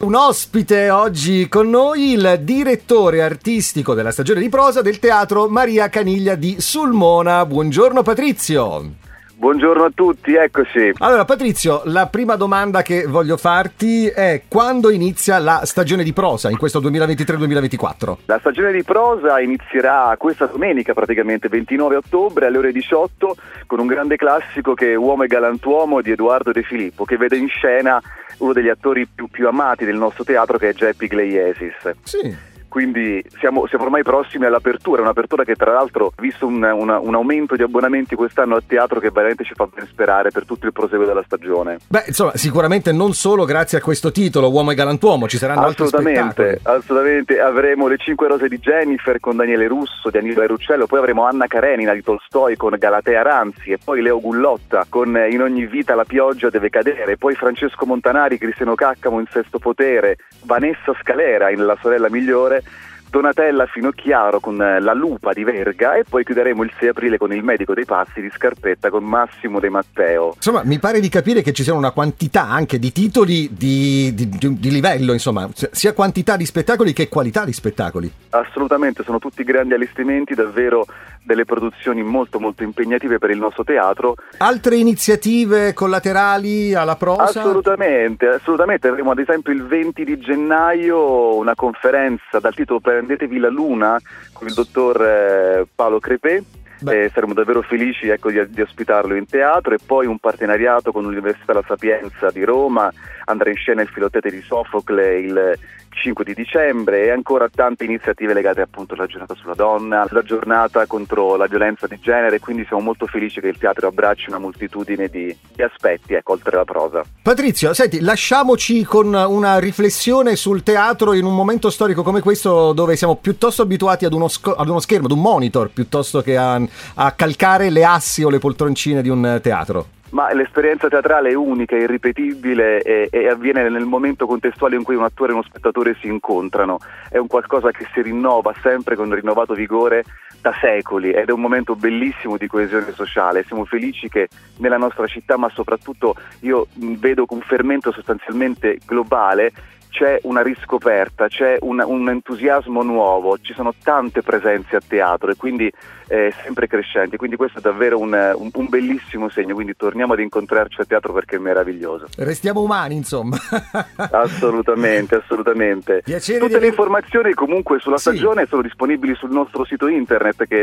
un ospite oggi con noi, il direttore artistico della stagione di prosa del Teatro Maria Caniglia di Sulmona. Buongiorno Patrizio. Buongiorno a tutti, eccoci. Allora Patrizio, la prima domanda che voglio farti è: quando inizia la stagione di prosa in questo 2023-2024? La stagione di prosa inizierà questa domenica, praticamente 29 ottobre alle ore 18, con un grande classico che è Uomo e galantuomo di Edoardo De Filippo, che vede in scena uno degli attori più amati del nostro teatro, che è Geppi Gleiesis. Sì. Quindi siamo ormai prossimi all'apertura, un'apertura che tra l'altro ha visto un aumento di abbonamenti quest'anno al teatro che veramente ci fa ben sperare per tutto il proseguo della stagione. Beh, insomma, sicuramente non solo grazie a questo titolo, Uomo e galantuomo, ci saranno altri spettacoli. Assolutamente, avremo Le 5 rose di Jennifer con Daniele Russo, di Annibale Ruccello, poi avremo Anna Karenina di Tolstoi con Galatea Ranzi, e poi Leo Gullotta con In ogni vita la pioggia deve cadere, poi Francesco Montanari, Cristiano Caccamo in Sesto potere, Vanessa Scalera in La sorella migliore, Donatella Finocchiaro con La lupa di Verga, e poi chiuderemo il 6 aprile con Il medico dei pazzi di Scarpetta con Massimo De Matteo. Insomma, mi pare di capire che ci siano una quantità anche di titoli di livello, insomma, sia quantità di spettacoli che qualità di spettacoli. Assolutamente, sono tutti grandi allestimenti, davvero delle produzioni molto molto impegnative per il nostro teatro. Altre iniziative collaterali alla prosa? Assolutamente, avremo ad esempio il 20 di gennaio una conferenza dal titolo Prendetevi la luna con il dottor Paolo Crepè. Saremo davvero felici, di ospitarlo in teatro, e poi un partenariato con l'Università La Sapienza di Roma. Andrà in scena il Filotete di Sofocle il 5 di dicembre, e ancora tante iniziative legate appunto alla giornata sulla donna, la giornata contro la violenza di genere, quindi siamo molto felici che il teatro abbracci una moltitudine di aspetti, oltre la prosa. Patrizio, senti, lasciamoci con una riflessione sul teatro in un momento storico come questo, dove siamo piuttosto abituati ad uno schermo, ad un monitor, piuttosto che a calcare le assi o le poltroncine di un teatro. Ma l'esperienza teatrale è unica, è irripetibile e avviene nel momento contestuale in cui un attore e uno spettatore si incontrano. È un qualcosa che si rinnova sempre con rinnovato vigore da secoli, ed è un momento bellissimo di coesione sociale. Siamo felici che nella nostra città, ma soprattutto io vedo un fermento sostanzialmente globale, c'è una riscoperta, c'è un entusiasmo nuovo, ci sono tante presenze a teatro e quindi sempre crescenti, quindi questo è davvero un bellissimo segno, quindi torniamo ad incontrarci a teatro perché è meraviglioso. Restiamo umani, insomma. Assolutamente. Tutte le informazioni comunque sulla stagione sono disponibili sul nostro sito internet, che è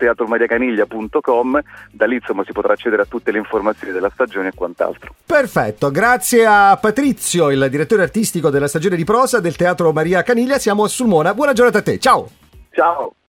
www.teatromariacaniglia.com. Da lì insomma si potrà accedere a tutte le informazioni della stagione e quant'altro. Perfetto, grazie a Patrizio, il direttore artistico della stagione di prosa del Teatro Maria Caniglia. Siamo a Sulmona, buona giornata a te, ciao! Ciao!